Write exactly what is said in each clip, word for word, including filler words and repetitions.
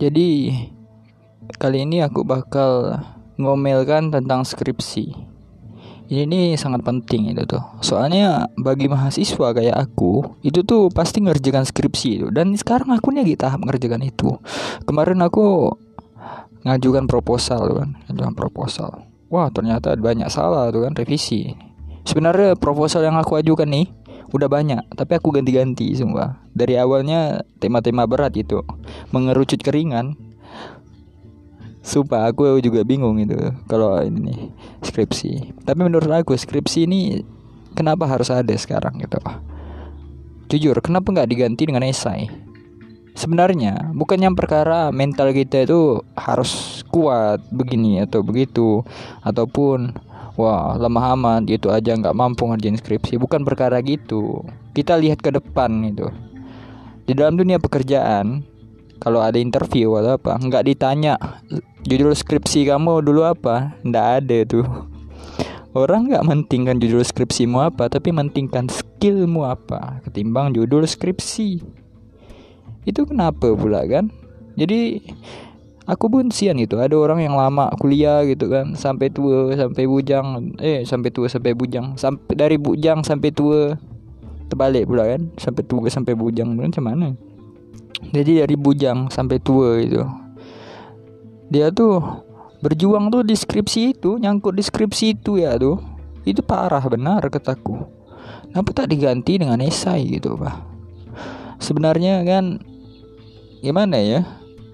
Jadi kali ini aku bakal ngomelkan tentang skripsi. Ini nih sangat penting itu tuh. Soalnya bagi mahasiswa kayak aku, itu tuh pasti ngerjakan skripsi itu. Dan sekarang aku nih lagi tahap ngerjakan itu. Kemarin aku ngajukan proposal kan, ngajukan proposal. Wah, ternyata banyak salah tuh kan, revisi. Sebenarnya proposal yang aku ajukan nih udah banyak, tapi aku ganti-ganti semua. Dari awalnya tema-tema berat itu mengerucut ke ringan. Sumpah aku juga bingung itu kalau ini nih skripsi. Tapi menurut aku skripsi ini kenapa harus ada sekarang gitu. Jujur, kenapa nggak diganti dengan esai? Sebenarnya bukan yang perkara mental kita itu harus kuat begini atau begitu, ataupun wah lemah amat gitu aja nggak mampu ngerjain skripsi. Bukan perkara gitu. Kita lihat ke depan itu. Di dalam dunia pekerjaan, kalau ada interview atau apa, nggak ditanya judul skripsi kamu dulu apa, nggak ada tuh. Orang nggak mentingkan judul skripsimu apa, tapi mentingkan skillmu apa ketimbang judul skripsi. Itu kenapa pula kan? Jadi aku pun sian gitu. Ada orang yang lama kuliah gitu kan, sampai tua sampai bujang, eh sampai tua sampai bujang, sampai dari bujang sampai tua. Terbalik pula kan, sampai tua sampai bujang, macam mana? Jadi dari bujang sampai tua itu, dia tuh berjuang tuh di skripsi itu, nyangkut di skripsi itu ya tuh. Itu parah benar kataku. Kenapa tak diganti dengan esai gitu, Pak? Sebenarnya kan gimana ya?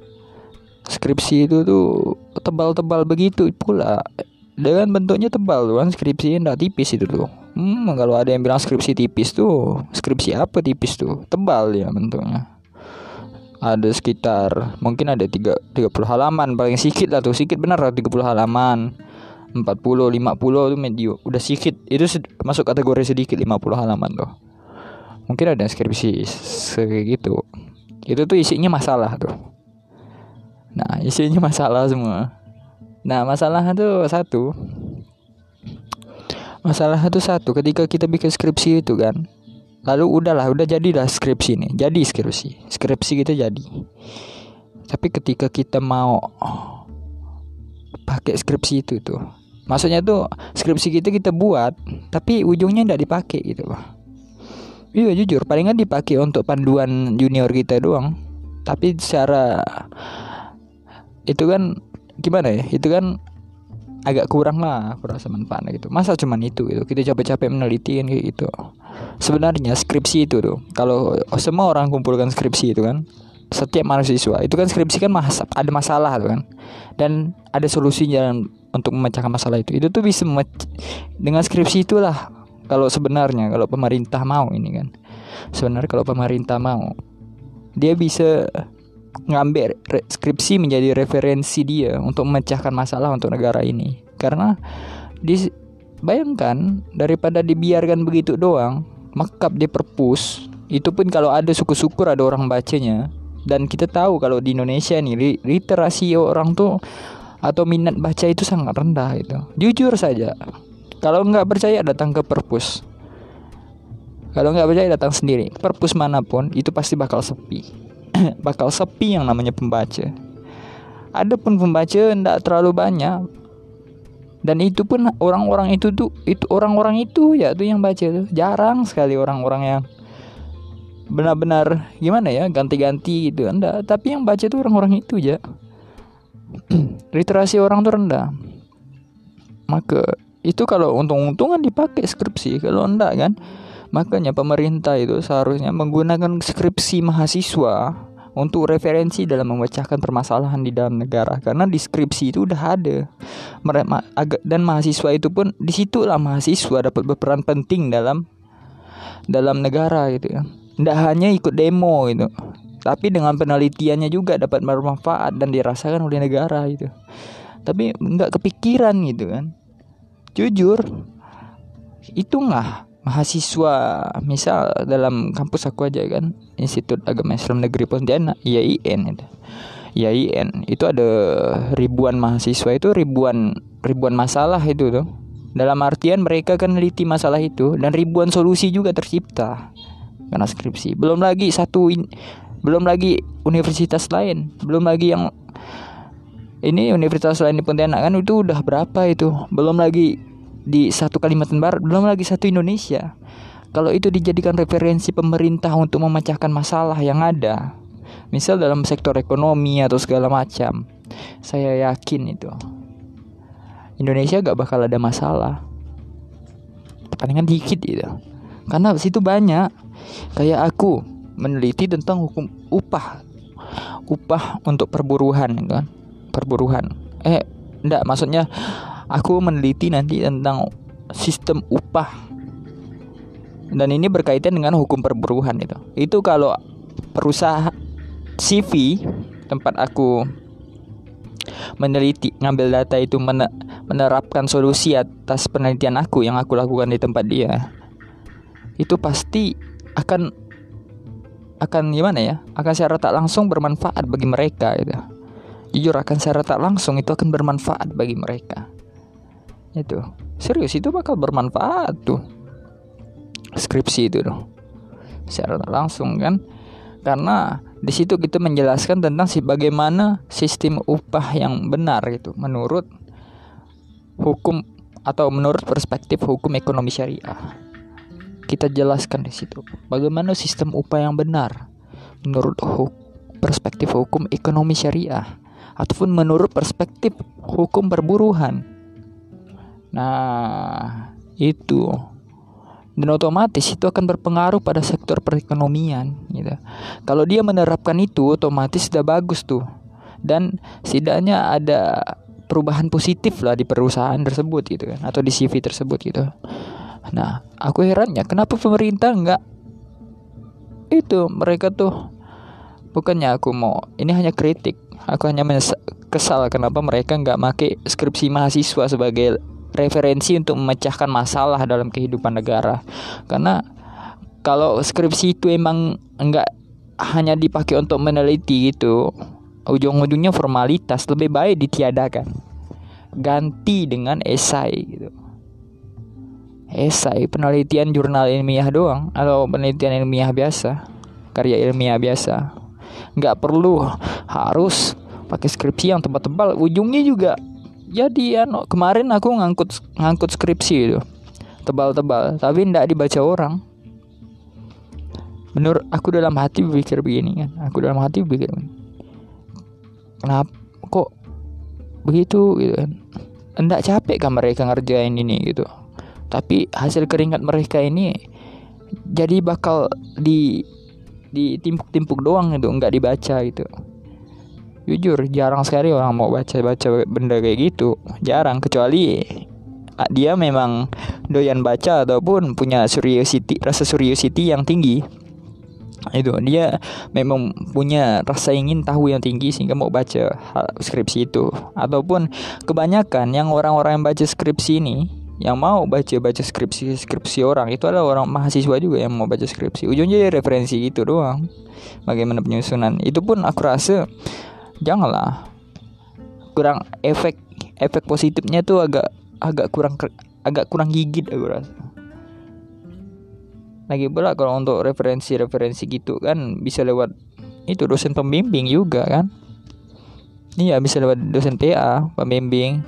Skripsi itu tuh tebal-tebal begitu pula. Dengan bentuknya tebal tuh kan, skripsi enggak tipis itu tuh. Hmm, kalau ada yang bilang skripsi tipis tuh, skripsi apa tipis tuh? Tebal ya bentuknya. Ada sekitar mungkin ada tiga puluh halaman paling sedikit lah tuh, sedikit benar lah tiga puluh halaman. empat puluh lima puluh tuh medio, udah sedikit. Itu sed- masuk kategori sedikit lima puluh halaman tuh. Mungkin ada skripsi segitu. Itu tuh isinya masalah tuh. Nah, isinya masalah semua. Nah, masalahnya tuh satu. Masalahnya tuh satu, ketika kita bikin skripsi itu kan, lalu udahlah, udah jadilah skripsi nih. Jadi skripsi. Skripsi kita jadi. Tapi ketika kita mau pakai skripsi itu tuh, maksudnya tuh skripsi kita kita buat, tapi ujungnya enggak dipakai gitu, Pak. Iya jujur, palingan dipakai untuk panduan junior kita doang. Tapi secara itu kan gimana ya? Itu kan agak kurang lah, kurang manfaatnya gitu. Masa cuman itu gitu. Kita capek-capek meneliti kan kayak gitu. Sebenarnya skripsi itu tuh, kalau semua orang kumpulkan skripsi itu kan, setiap mahasiswa itu kan skripsi kan mas- ada masalah tuh kan, dan ada solusinya untuk memecahkan masalah itu. Itu tuh bisa memec- dengan skripsi itulah. Kalau sebenarnya kalau pemerintah mau ini kan, sebenarnya kalau pemerintah mau, dia bisa ngambil re- skripsi menjadi referensi dia untuk memecahkan masalah untuk negara ini. Karena di bayangkan, daripada dibiarkan begitu doang, makap di perpus, itu pun kalau ada syukur-syukur ada orang bacanya. Dan kita tahu kalau di Indonesia nih literasi orang tuh atau minat baca itu sangat rendah itu. Jujur saja, kalau nggak percaya datang ke perpus. Kalau nggak percaya datang sendiri. Perpus manapun itu pasti bakal sepi. Bakal sepi yang namanya pembaca. Adapun pembaca ndak terlalu banyak. Dan itu pun orang-orang itu tuh itu orang-orang itu ya tuh yang baca tuh. Jarang sekali orang-orang yang benar-benar gimana ya, ganti-ganti gitu. Enggak, tapi yang baca tuh orang-orang itu aja. Literasi orang tuh rendah. Maka itu kalau untung-untungan dipakai skripsi, kalau enggak kan. Makanya pemerintah itu seharusnya menggunakan skripsi mahasiswa untuk referensi dalam memecahkan permasalahan di dalam negara. Karena di skripsi itu udah ada. Dan mahasiswa itu pun di situlah mahasiswa dapat berperan penting dalam dalam negara gitu ya. Nggak hanya ikut demo gitu, tapi dengan penelitiannya juga dapat bermanfaat dan dirasakan oleh negara gitu. Tapi nggak kepikiran gitu kan. Jujur, itu nggak mahasiswa, misal dalam kampus aku aja kan, Institut Agama Islam Negeri Pontianak, I A I N itu. I A I N itu ada ribuan mahasiswa, itu ribuan ribuan masalah itu tuh. Dalam artian mereka kan neliti masalah itu dan ribuan solusi juga tercipta karena skripsi. Belum lagi satu in, Belum lagi universitas lain, belum lagi yang ini universitas lain di Pontianak kan itu udah berapa itu, belum lagi di satu Kalimantan Barat, belum lagi satu Indonesia. Kalau itu dijadikan referensi pemerintah untuk memecahkan masalah yang ada, misal dalam sektor ekonomi atau segala macam, saya yakin itu Indonesia gak bakal ada masalah, palingan dikit gitu. Karena situ banyak, kayak aku meneliti tentang hukum upah, upah untuk perburuhan, kan? Perburuhan. Eh, enggak, maksudnya aku meneliti nanti tentang sistem upah. Dan ini berkaitan dengan hukum perburuhan itu. Itu kalau perusahaan C V tempat aku meneliti, ngambil data itu, menerapkan solusi atas penelitian aku yang aku lakukan di tempat dia, itu pasti akan akan gimana ya? Akan secara tak langsung bermanfaat bagi mereka gitu. Jujur, akan secara tak langsung itu akan bermanfaat bagi mereka. Itu serius, itu bakal bermanfaat tuh skripsi itu tuh secara tak langsung kan, karena di situ kita menjelaskan tentang si bagaimana sistem upah yang benar gitu menurut hukum atau menurut perspektif hukum ekonomi syariah. Kita jelaskan di situ bagaimana sistem upah yang benar menurut hu- perspektif hukum ekonomi syariah ataupun menurut perspektif hukum perburuhan. Nah, itu. Dan otomatis itu akan berpengaruh pada sektor perekonomian gitu. Kalau dia menerapkan itu, otomatis sudah bagus tuh. Dan setidaknya ada perubahan positif lah di perusahaan tersebut gitu kan, atau di C V tersebut gitu. Nah, aku herannya kenapa pemerintah enggak itu, mereka tuh bukannya aku mau, ini hanya kritik. Aku hanya menyes- kesal kenapa mereka enggak make skripsi mahasiswa sebagai referensi untuk memecahkan masalah dalam kehidupan negara. Karena kalau skripsi itu emang enggak hanya dipakai untuk meneliti gitu, ujung-ujungnya formalitas, lebih baik ditiadakan. Ganti dengan esai gitu. Esai, penelitian jurnal ilmiah doang atau penelitian ilmiah biasa, karya ilmiah biasa. Enggak perlu harus pakai skripsi yang tebal-tebal, ujungnya juga jadi ano, kemarin aku ngangkut ngangkut skripsi itu tebal-tebal tapi ndak dibaca orang. Menurut aku dalam hati berpikir begini kan, aku dalam hati berpikir kenapa kok begitu gitu kan. Ndak capek kan mereka ngerjain ini gitu, tapi hasil keringat mereka ini jadi bakal di di timpuk-timpuk doang gitu, nggak dibaca gitu. Jujur jarang sekali orang mau baca-baca benda kayak gitu, jarang, kecuali dia memang doyan baca ataupun punya curiosity, rasa curiosity yang tinggi. Itu dia memang punya rasa ingin tahu yang tinggi sehingga mau baca skripsi itu. Ataupun kebanyakan yang orang-orang yang baca skripsi ini, yang mau baca-baca skripsi-skripsi orang, itu adalah orang mahasiswa juga yang mau baca skripsi. Ujungnya referensi gitu doang, bagaimana penyusunan. Itu pun aku rasa janganlah, kurang efek efek positifnya tuh agak agak kurang agak kurang gigit aku rasa. Lagi pula kalau untuk referensi-referensi gitu kan bisa lewat itu dosen pembimbing juga kan. Iya, bisa lewat dosen P A, pembimbing.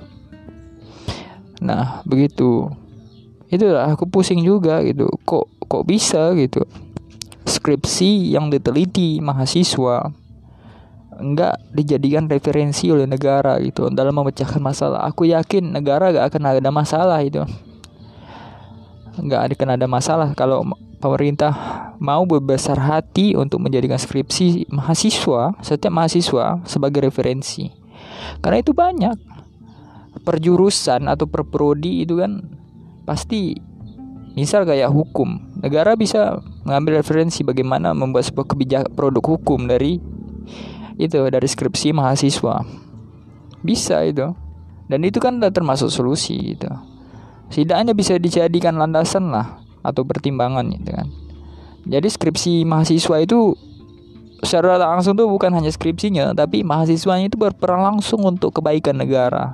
Nah, begitu. Itulah aku pusing juga gitu. Kok kok bisa gitu. Skripsi yang diteliti mahasiswa enggak dijadikan referensi oleh negara gitu dalam memecahkan masalah. Aku yakin negara gak akan ada masalah itu. Enggak akan ada masalah kalau pemerintah mau berbesar hati untuk menjadikan skripsi mahasiswa, setiap mahasiswa sebagai referensi. Karena itu banyak perjurusan atau perprodi itu kan pasti, misal kayak hukum, negara bisa mengambil referensi bagaimana membuat sebuah kebijakan produk hukum dari itu, dari skripsi mahasiswa. Bisa itu. Dan itu kan termasuk solusi gitu. Setidaknya bisa dijadikan landasan lah atau pertimbangan gitu kan. Jadi skripsi mahasiswa itu secara langsung tuh bukan hanya skripsinya, tapi mahasiswanya itu berperan langsung untuk kebaikan negara.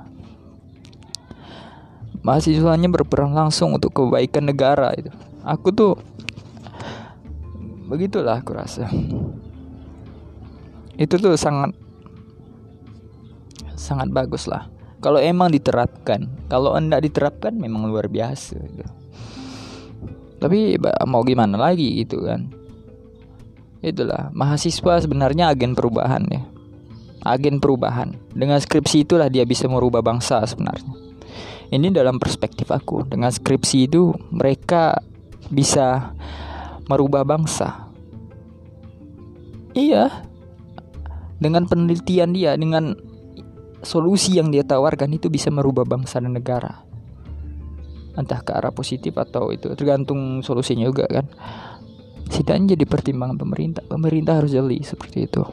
Mahasiswanya berperan langsung untuk kebaikan negara itu. Aku tuh begitulah aku rasa. Itu tuh sangat sangat bagus lah kalau emang diterapkan. Kalau enggak diterapkan memang luar biasa gitu. Tapi mau gimana lagi gitu kan. Itulah mahasiswa sebenarnya agen perubahan ya. Agen perubahan. Dengan skripsi itulah dia bisa merubah bangsa sebenarnya. Ini dalam perspektif aku. Dengan skripsi itu mereka bisa merubah bangsa. Iya. Dengan penelitian dia, dengan solusi yang dia tawarkan itu bisa merubah bangsa dan negara. Entah ke arah positif atau itu tergantung solusinya juga kan. Setidaknya jadi pertimbangan pemerintah. Pemerintah harus jeli seperti itu.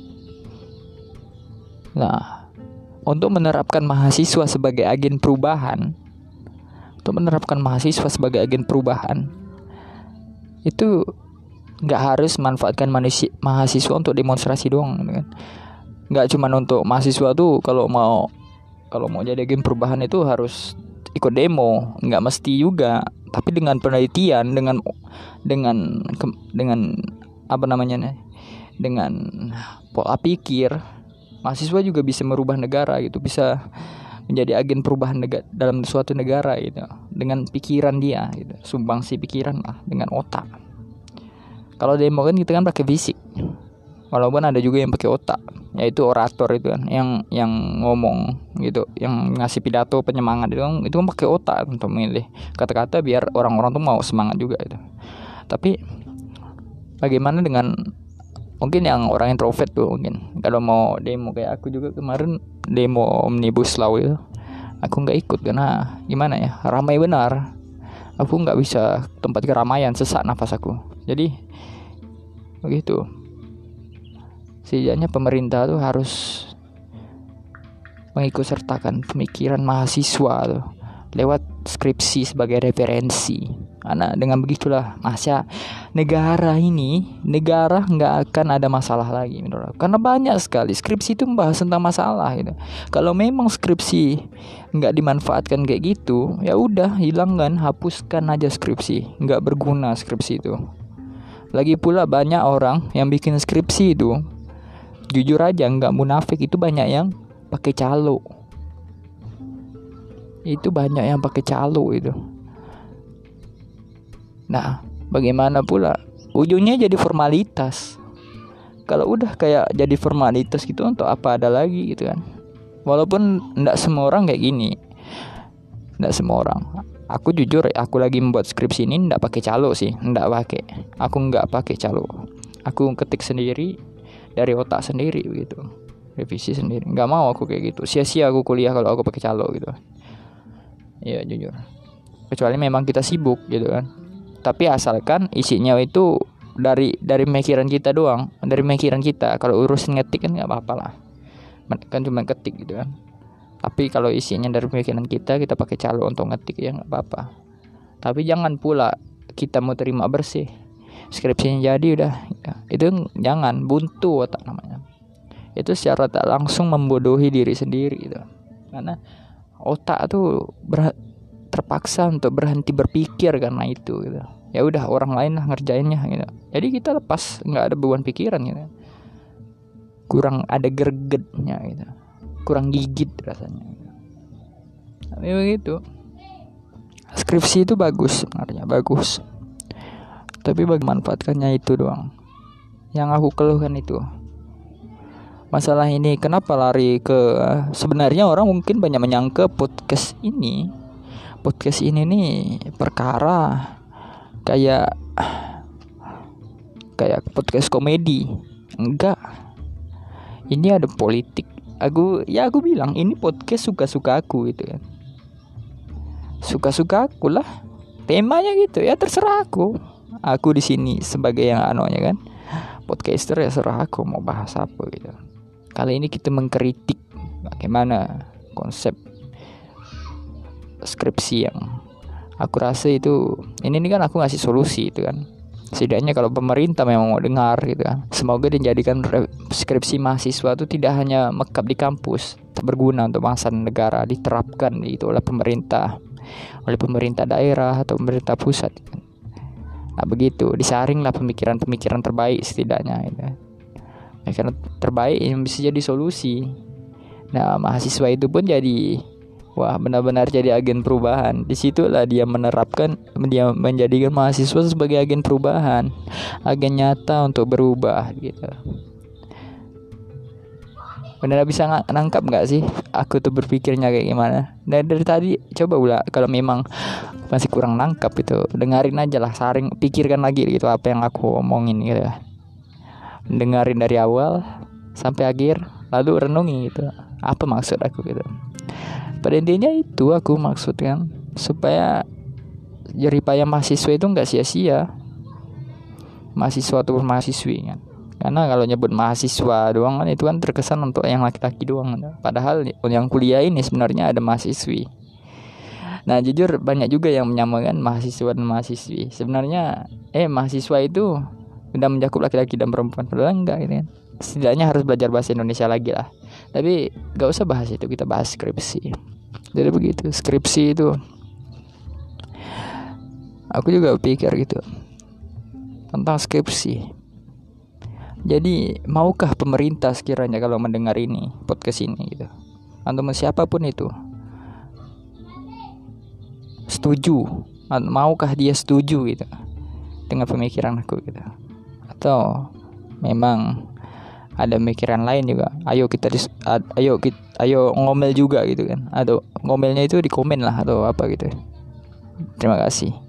Nah, untuk menerapkan mahasiswa sebagai agen perubahan, untuk menerapkan mahasiswa sebagai agen perubahan, itu nggak harus manfaatkan manusia, mahasiswa untuk demonstrasi doang, kan? Nggak cuma untuk mahasiswa tuh kalau mau kalau mau jadi agen perubahan itu harus ikut demo, nggak mesti juga. Tapi dengan penelitian, dengan dengan dengan apa namanya nih, dengan pola pikir, mahasiswa juga bisa merubah negara gitu, bisa menjadi agen perubahan negara dalam suatu negara gitu, dengan pikiran dia gitu, sumbangsi pikiran lah, dengan otak. Kalau demo kan kita kan pakai fisik, walaupun ada juga yang pakai otak, yaitu orator itu kan, yang yang ngomong gitu, yang ngasih pidato penyemangat itu kan, itu kan pakai otak untuk memilih kata-kata biar orang-orang tuh mau semangat juga itu. Tapi bagaimana dengan mungkin yang orang introvert tuh, mungkin kalau mau demo kayak aku juga kemarin demo omnibus law itu, aku nggak ikut karena gimana ya, ramai benar. Aku nggak bisa tempat keramaian, sesak nafas aku. Jadi begitu. Setidaknya pemerintah tuh harus mengikut sertakan pemikiran mahasiswa tuh lewat skripsi sebagai referensi. Karena dengan begitulah masa negara ini negara nggak akan ada masalah lagi menurut aku. Karena banyak sekali skripsi itu membahas tentang masalah gitu. Kalau memang skripsi nggak dimanfaatkan kayak gitu, ya udah hilangkan, hapuskan aja skripsi. Nggak berguna skripsi itu. Lagi pula banyak orang yang bikin skripsi itu, jujur aja nggak munafik, itu banyak yang pakai calo. Itu banyak yang pakai calo itu. Nah, bagaimana pula ujungnya jadi formalitas. Kalau udah kayak jadi formalitas gitu, untuk apa ada lagi gitu kan. Walaupun enggak semua orang kayak gini. Enggak semua orang. Aku jujur, aku lagi membuat skripsi ini enggak pakai calo sih, enggak pakai. Aku enggak pakai calo. Aku ketik sendiri dari otak sendiri begitu. Revisi sendiri. Enggak mau aku kayak gitu. Sia-sia aku kuliah kalau aku pakai calo gitu. Ya jujur. Kecuali memang kita sibuk gitu kan. Tapi asalkan isinya itu dari dari pemikiran kita doang, dari pemikiran kita. Kalau urusan ngetik kan nggak apa-apa lah, kan cuma ketik gitu kan. Tapi kalau isinya dari pemikiran kita, kita pakai calo untuk ngetik ya nggak apa-apa. Tapi jangan pula kita mau terima bersih, skripsinya jadi udah, ya. Itu jangan, buntu otak namanya. Itu secara tak langsung membodohi diri sendiri gitu. Karena otak tuh ber- terpaksa untuk berhenti berpikir karena itu gitu. Ya udah orang lain lah ngerjainnya gitu. Jadi kita lepas, nggak ada beban pikiran gitu. Kurang ada gregetnya gitu. Kurang gigit rasanya gitu. Tapi begitu. Skripsi itu bagus sebenarnya, bagus. Tapi bagi manfaatkannya itu doang. Yang aku keluhkan itu. Masalah ini kenapa lari ke, sebenarnya orang mungkin banyak menyangka podcast ini Podcast ini nih perkara kayak kayak podcast komedi. Enggak. Ini ada politik. Aku ya aku bilang ini podcast suka-suka aku gitu kan. Suka-suka aku lah. Temanya gitu ya, terserah aku. Aku di sini sebagai yang anunya kan. Podcaster ya serah aku mau bahas apa gitu. Kali ini kita mengkritik bagaimana konsep skripsi yang aku rasa itu ini, ini kan aku ngasih solusi itu kan. Setidaknya kalau pemerintah memang mau dengar gitu kan, semoga dijadikan skripsi mahasiswa itu tidak hanya mekap di kampus, berguna untuk bangsa dan negara, diterapkan itu oleh pemerintah, oleh pemerintah daerah atau pemerintah pusat. Nah begitu, disaringlah pemikiran-pemikiran terbaik setidaknya gitu. ya, karena terbaik yang bisa jadi solusi. Nah, mahasiswa itu pun jadi wah benar-benar jadi agen perubahan. Disitulah dia menerapkan, dia menjadikan mahasiswa sebagai agen perubahan, agen nyata untuk berubah gitu. Benar bisa ng- nangkap nggak sih aku tuh berpikirnya kayak gimana? Dan dari tadi coba ulah, kalau memang masih kurang nangkap itu, dengerin aja lah, saring pikirkan lagi gitu apa yang aku omongin gitu. Dengerin dari awal sampai akhir, lalu renungi gitu. Apa maksud aku gitu. Pada intinya itu aku maksudkan supaya jeripaya mahasiswa itu nggak sia-sia. Mahasiswa atau mahasiswi kan. Karena kalau nyebut mahasiswa doang kan itu kan terkesan untuk yang laki-laki doang. Padahal yang kuliah ini sebenarnya ada mahasiswi. Nah jujur banyak juga yang menyamakan mahasiswa dan mahasiswi. Sebenarnya eh mahasiswa itu udah mencakup laki-laki dan perempuan. Padahal enggak gitu kan. Setidaknya harus belajar bahasa Indonesia lagi lah. Tapi gak usah bahas itu, kita bahas skripsi. Jadi begitu, skripsi itu aku juga pikir gitu tentang skripsi. Jadi maukah pemerintah sekiranya kalau mendengar ini, podcast ini gitu, atau siapapun itu setuju, maukah dia setuju gitu dengan pemikiran aku gitu, atau memang ada pemikiran lain juga. Ayo kita dis, ayo kita, ayo ngomel juga gitu kan, atau ngomelnya itu di komen lah atau apa gitu. Terima kasih.